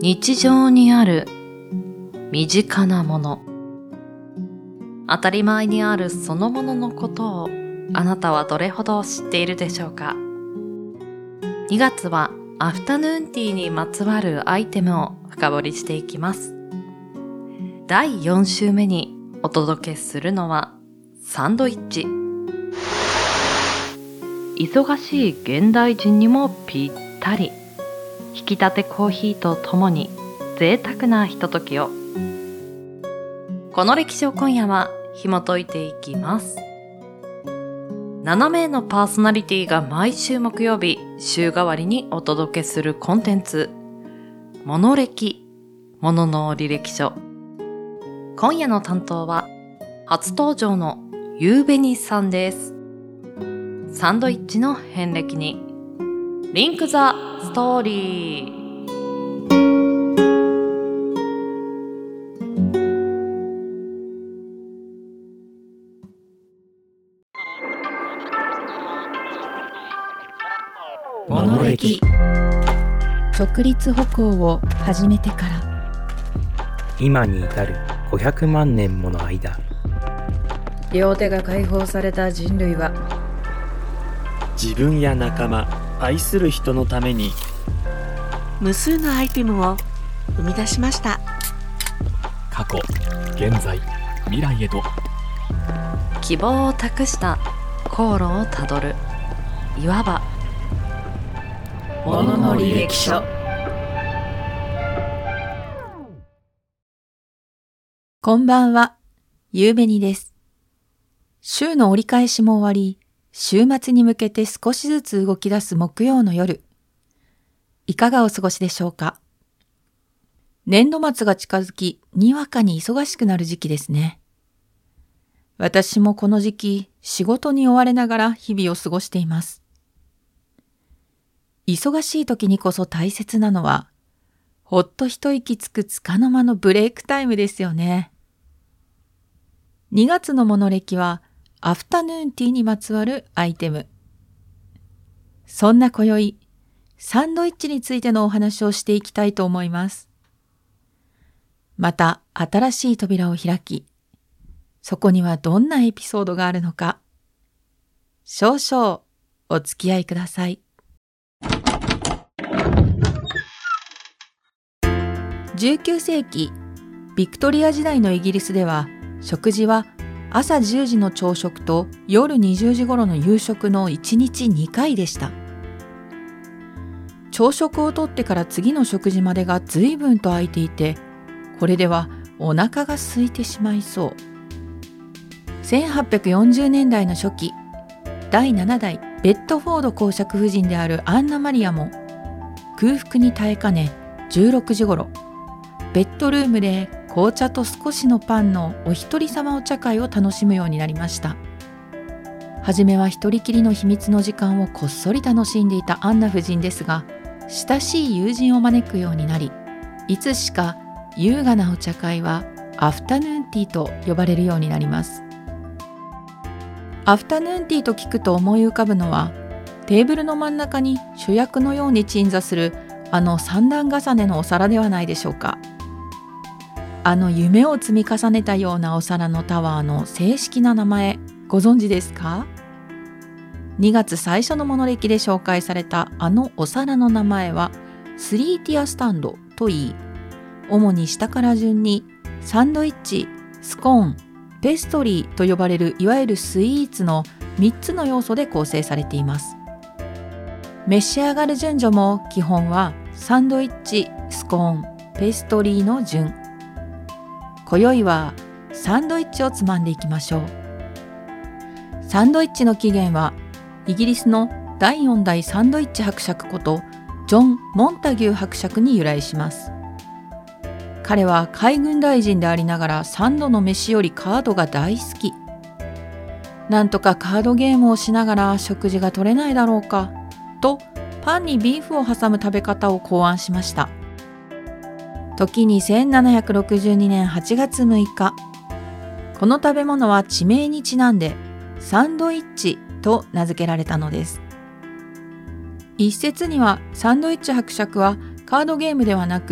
日常にある身近なもの、当たり前にあるそのもののことをあなたはどれほど知っているでしょうか。2月はアフタヌーンティーにまつわるアイテムを深掘りしていきます。第4週目にお届けするのはサンドイッチ。忙しい現代人にもぴったり、引き立てコーヒーとともに贅沢なひとときを。この歴史を今夜は紐解いていきます。7名のパーソナリティが毎週木曜日週替わりにお届けするコンテンツ、モノ歴、ものの履歴書。今夜の担当は初登場のゆうべにさんです。サンドイッチの遍歴にリンクザストーリー。 モノ歴。 直立歩行を始めてから今に至る500万年もの間、 両手が解放された人類は自分や仲間、愛する人のために無数のアイテムを生み出しました。 過去、現在、未来へと希望を託した航路をたどる、いわばものの履歴書。 こんばんは、ゆうべにです。週の折り返しも終わり、週末に向けて少しずつ動き出す木曜の夜。いかがお過ごしでしょうか。年度末が近づき、にわかに忙しくなる時期ですね。私もこの時期、仕事に追われながら日々を過ごしています。忙しい時にこそ大切なのは、ほっと一息つく束の間のブレイクタイムですよね。2月のモノ歴は、アフタヌーンティーにまつわるアイテム。そんな今宵、サンドイッチについてのお話をしていきたいと思います。また新しい扉を開き、そこにはどんなエピソードがあるのか、少々お付き合いください。19世紀、ビクトリア時代のイギリスでは、食事は朝10時の朝食と夜20時頃の夕食の1日2回でした。朝食をとってから次の食事までが随分と空いていて、これではお腹が空いてしまいそう。1840年代の初期、第7代ベッドフォード公爵夫人であるアンナ・マリアも、空腹に耐えかね16時頃、ベッドルームで紅茶と少しのパンのお一人様お茶会を楽しむようになりました。はじめは一人きりの秘密の時間をこっそり楽しんでいたアンナ夫人ですが、親しい友人を招くようになり、いつしか優雅なお茶会はアフタヌーンティーと呼ばれるようになります。アフタヌーンティーと聞くと思い浮かぶのは、テーブルの真ん中に主役のように鎮座するあの三段重ねのお皿ではないでしょうか。あの夢を積み重ねたようなお皿のタワーの正式な名前、ご存知ですか？2月最初のモノ歴で紹介されたあのお皿の名前はスリーティアスタンドといい、主に下から順にサンドイッチ、スコーン、ペストリーと呼ばれるいわゆるスイーツの3つの要素で構成されています。召し上がる順序も基本はサンドイッチ、スコーン、ペストリーの順。今宵はサンドイッチをつまんでいきましょう。サンドイッチの起源はイギリスの第4代サンドイッチ伯爵ことジョン・モンタギュー伯爵に由来します。彼は海軍大臣でありながら3度の飯よりカードが大好き。なんとかカードゲームをしながら食事が取れないだろうかと、パンにビーフを挟む食べ方を考案しました。時に1762年8月6日、この食べ物は地名にちなんでサンドイッチと名付けられたのです。一説にはサンドイッチ伯爵はカードゲームではなく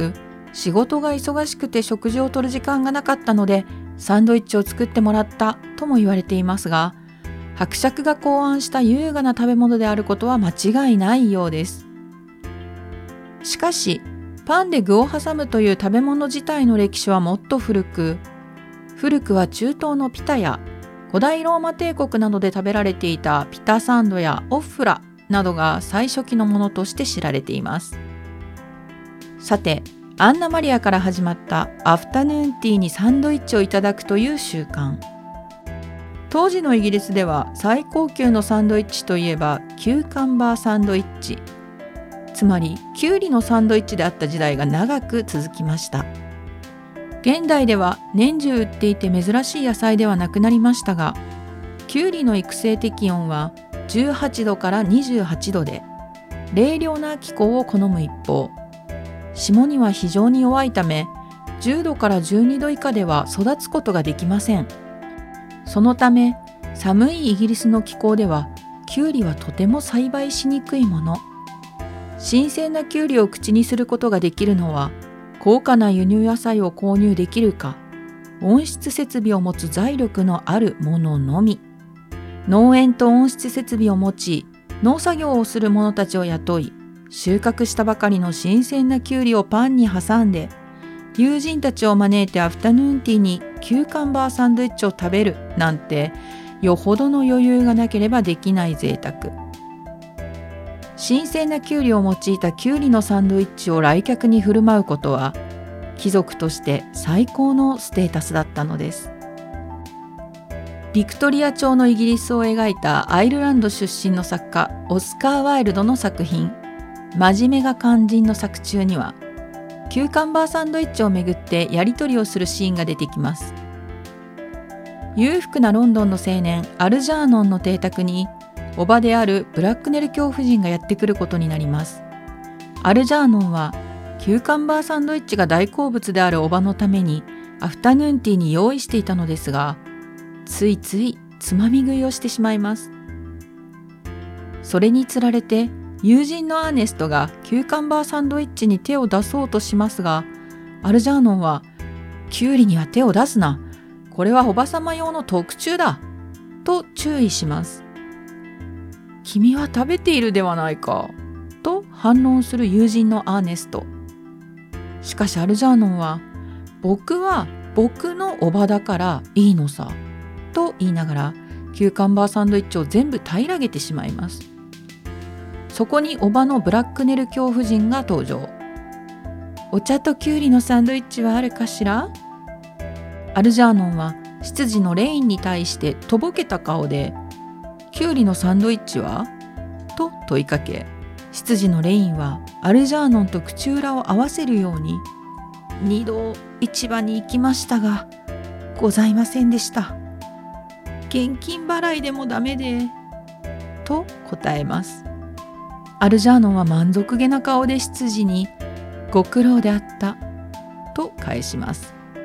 仕事が忙しくて食事をとる時間がなかったのでサンドイッチを作ってもらったとも言われていますが、伯爵が考案した優雅な食べ物であることは間違いないようです。しかし、パンで具を挟むという食べ物自体の歴史はもっと古くは中東のピタや古代ローマ帝国などで食べられていたピタサンドやオッフラなどが最初期のものとして知られています。さて、アンナマリアから始まったアフタヌーンティーにサンドイッチをいただくという習慣。当時のイギリスでは最高級のサンドイッチといえばキューカンバーサンドイッチ、つまりキュウリのサンドイッチであった時代が長く続きました。現代では年中売っていて珍しい野菜ではなくなりましたが、キュウリの育成適温は18度から28度で冷涼な気候を好む一方、霜には非常に弱いため10度から12度以下では育つことができません。そのため寒いイギリスの気候ではキュウリはとても栽培しにくいもの。新鮮なキュウリを口にすることができるのは高価な輸入野菜を購入できるか、温室設備を持つ財力のあるもののみ。農園と温室設備を持ち、農作業をする者たちを雇い、収穫したばかりの新鮮なキュウリをパンに挟んで、友人たちを招いてアフタヌーンティーにキューカンバーサンドイッチを食べるなんて、よほどの余裕がなければできない贅沢。新鮮なキュウリを用いたキュウリのサンドイッチを来客に振る舞うことは、貴族として最高のステータスだったのです。ビクトリア朝のイギリスを描いたアイルランド出身の作家オスカー・ワイルドの作品真面目が肝心の作中には、キューカンバーサンドイッチをめぐってやり取りをするシーンが出てきます。裕福なロンドンの青年アルジャーノンの邸宅に叔母であるブラックネル教夫人がやってくることになります。アルジャーノンはキューカンバーサンドイッチが大好物である叔母のためにアフタヌーンティーに用意していたのですが、ついついつまみ食いをしてしまいます。それにつられて友人のアーネストがキューカンバーサンドイッチに手を出そうとしますが、アルジャーノンはキュウリには手を出すな、これはおばさま用の特注だと注意します。君は食べているではないかと反論する友人のアーネスト。しかしアルジャーノンは、僕は僕のおばだからいいのさと言いながらキューカンバーサンドイッチを全部平らげてしまいます。そこにおばのブラックネル教夫人が登場。お茶とキュウリのサンドイッチはあるかしら？アルジャーノンは執事のレインに対してとぼけた顔で、キュウリのサンドイッチは？と問いかけ、執事のレインはアルジャーノンと口裏を合わせるように、2度市場に行きましたがございませんでした。現金払いでもダメで、と答えます。アルジャーノンは満足げな顔で執事に、ご苦労であったと返します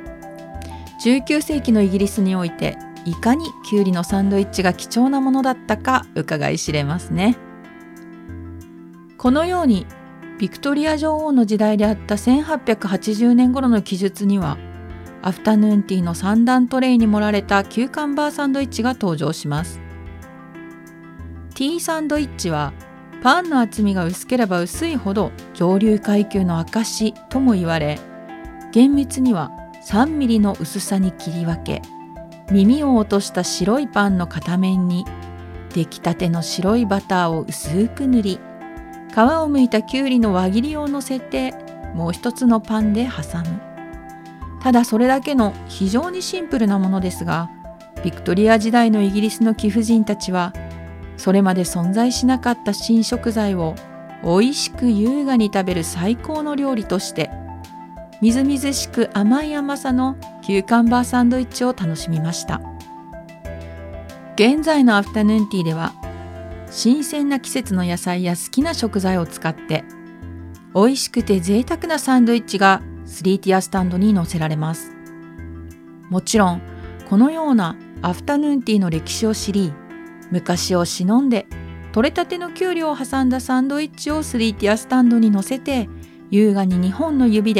。19世紀のイギリスにおいて、いかにキュウリのサンドイッチが貴重なものだったか伺い知れますね。このようにビクトリア女王の時代であった1880年頃の記述には、アフタヌーンティーの3段トレイに盛られたキューカンバーサンドイッチが登場します。ティーサンドイッチはパンの厚みが薄ければ薄いほど上流階級の証とも言われ、厳密には3ミリの薄さに切り分け、耳を落とした白いパンの片面に出来たての白いバターを薄く塗り、皮をむいたきゅうりの輪切りを乗せてもう一つのパンで挟む。ただそれだけの非常にシンプルなものですが、ビクトリア時代のイギリスの貴婦人たちはそれまで存在しなかった新食材を美味しく優雅に食べる最高の料理として、みずみずしく甘い甘さのキューカンバーサンドイッチを楽しみました。現在のアフタヌーンティーでは、新鮮な季節の野菜や好きな食材を使って美味しくて贅沢なサンドイッチが3ティアスタンドに載せられます。もちろんこのようなアフタヌーンティーの歴史を知り、昔を忍んで取れたてのキュウリを挟んだサンドイッチを3ティアスタンドに乗せて優雅に2本の指で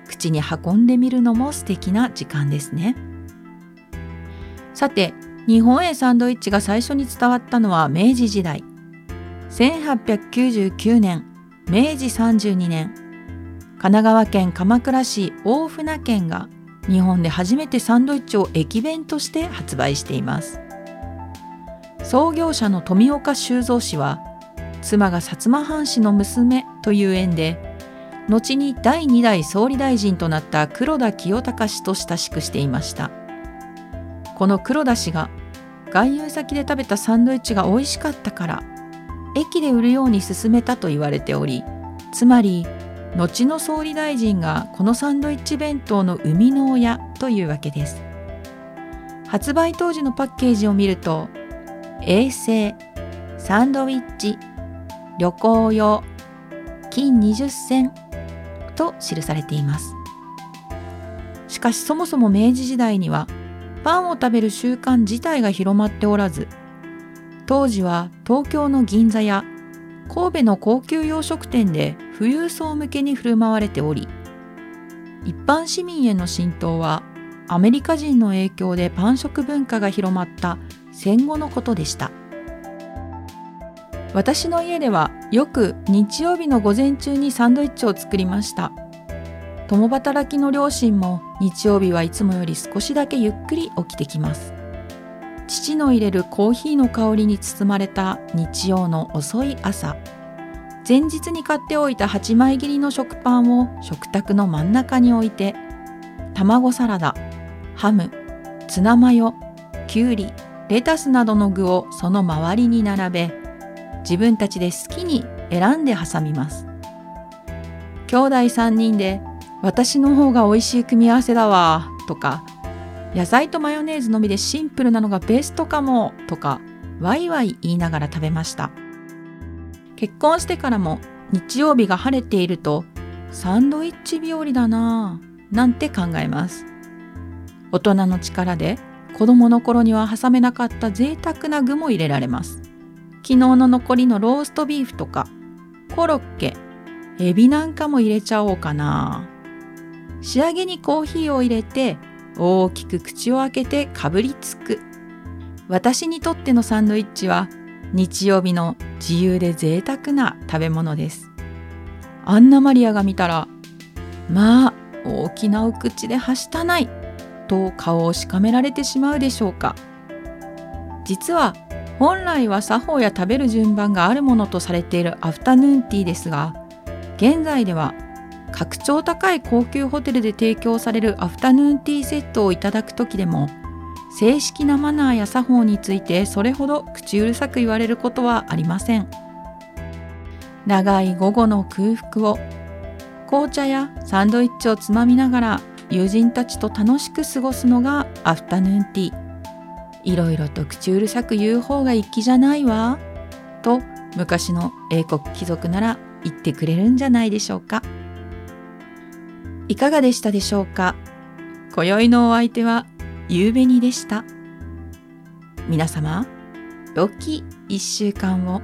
口に運んでみるのも素敵な時間ですね。さて、日本へサンドイッチが最初に伝わったのは明治時代。1899年、明治32年、神奈川県鎌倉市大船軒が日本で初めてサンドイッチを駅弁として発売しています。創業者の富岡修造氏は、妻が薩摩藩士の娘という縁で、後に第2代総理大臣となった黒田清隆氏と親しくしていました。この黒田氏が外遊先で食べたサンドイッチが美味しかったから駅で売るように勧めたと言われており、つまり後の総理大臣がこのサンドイッチ弁当の生みの親というわけです。発売当時のパッケージを見ると、衛生、サンドイッチ、旅行用、金20銭と記されています。しかしそもそも明治時代にはパンを食べる習慣自体が広まっておらず、当時は東京の銀座や神戸の高級洋食店で富裕層向けに振る舞われており、一般市民への浸透はアメリカ人の影響でパン食文化が広まった戦後のことでした。私の家ではよく日曜日の午前中にサンドイッチを作りました。共働きの両親も日曜日はいつもより少しだけゆっくり起きてきます。父の入れるコーヒーの香りに包まれた日曜の遅い朝、前日に買っておいた8枚切りの食パンを食卓の真ん中に置いて、卵サラダ、ハム、ツナマヨ、キュウリ、レタスなどの具をその周りに並べ、自分たちで好きに選んで挟みます。兄弟3人で私の方が美味しい組み合わせだわとか、野菜とマヨネーズのみでシンプルなのがベストかもとか、ワイワイ言いながら食べました。結婚してからも日曜日が晴れているとサンドイッチ日和だなぁなんて考えます。大人の力で子供の頃には挟めなかった贅沢な具も入れられます。昨日の残りのローストビーフとかコロッケ、エビなんかも入れちゃおうかな。仕上げにコーヒーを入れて大きく口を開けてかぶりつく。私にとってのサンドイッチは日曜日の自由で贅沢な食べ物です。アンナマリアが見たら、まあ大きなお口ではしたないと顔をしかめられてしまうでしょうか。実は本来は作法や食べる順番があるものとされているアフタヌーンティーですが、現在では格調高い高級ホテルで提供されるアフタヌーンティーセットをいただくときでも、正式なマナーや作法についてそれほど口うるさく言われることはありません。長い午後の空腹を紅茶やサンドイッチをつまみながら友人たちと楽しく過ごすのがアフタヌーンティー。いろいろと口うるさく言う方が粋じゃないわと昔の英国貴族なら言ってくれるんじゃないでしょうか。いかがでしたでしょうか。今宵のお相手はゆうべにでした。皆様、良き1週間を。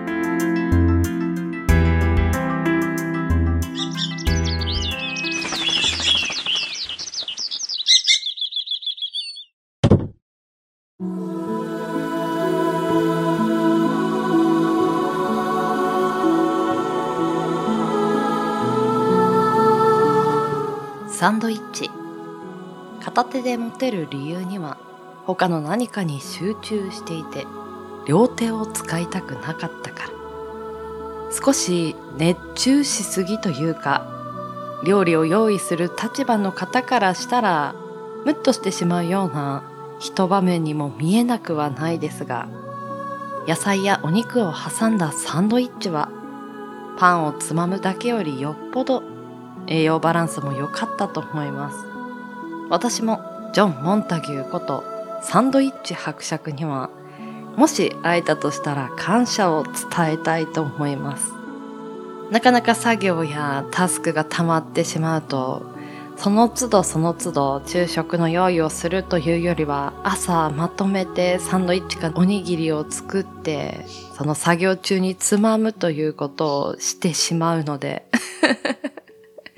サンドイッチ。片手で持てる理由には他の何かに集中していて両手を使いたくなかったから。少し熱中しすぎというか、料理を用意する立場の方からしたらムッとしてしまうような一場面にも見えなくはないですが、野菜やお肉を挟んだサンドイッチはパンをつまむだけよりよっぽど栄養バランスも良かったと思います。私もジョン・モンタギューことサンドイッチ伯爵にはもし会えたとしたら感謝を伝えたいと思います。なかなか作業やタスクが溜まってしまうと、その都度その都度昼食の用意をするというよりは、朝まとめてサンドイッチかおにぎりを作ってその作業中につまむということをしてしまうので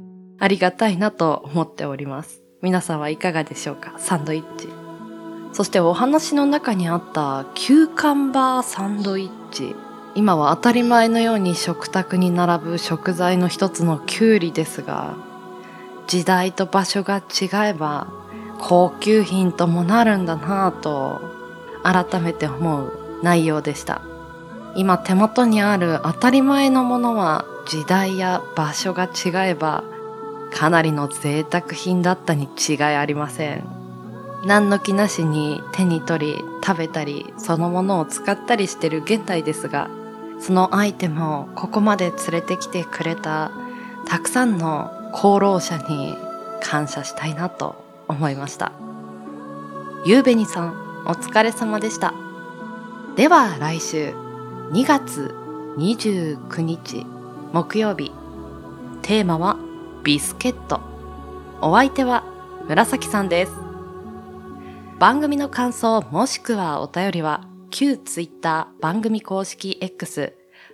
ありがたいなと思っております。皆さんはいかがでしょうか？サンドイッチ。そしてお話の中にあったキューカンバーサンドイッチ。今は当たり前のように食卓に並ぶ食材の一つのキュウリですが、時代と場所が違えば高級品ともなるんだなぁと改めて思う内容でした。今手元にある当たり前のものは時代や場所が違えばかなりの贅沢品だったに違いありません。何の気なしに手に取り食べたりそのものを使ったりしてる現代ですが、そのアイテムをここまで連れてきてくれたたくさんの功労者に感謝したいなと思いました。ゆうべにさんお疲れ様でした。では来週2月29日木曜日、テーマはビスケット。お相手は紫さんです。番組の感想もしくはお便りは旧ツイッター番組公式 X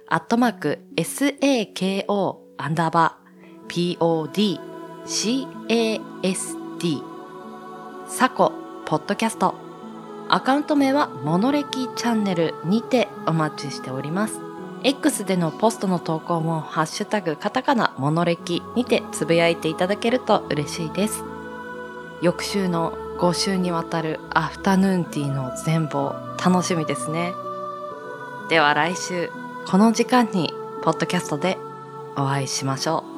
@SAKO_PODCAST サコポッドキャスト、アカウント名はモノレキチャンネルにてお待ちしております。X でのポストの投稿もハッシュタグカタカナモノレキにてつぶやいていただけると嬉しいです。翌週の5週にわたるアフタヌーンティーの全貌楽しみですね。では来週この時間にポッドキャストでお会いしましょう。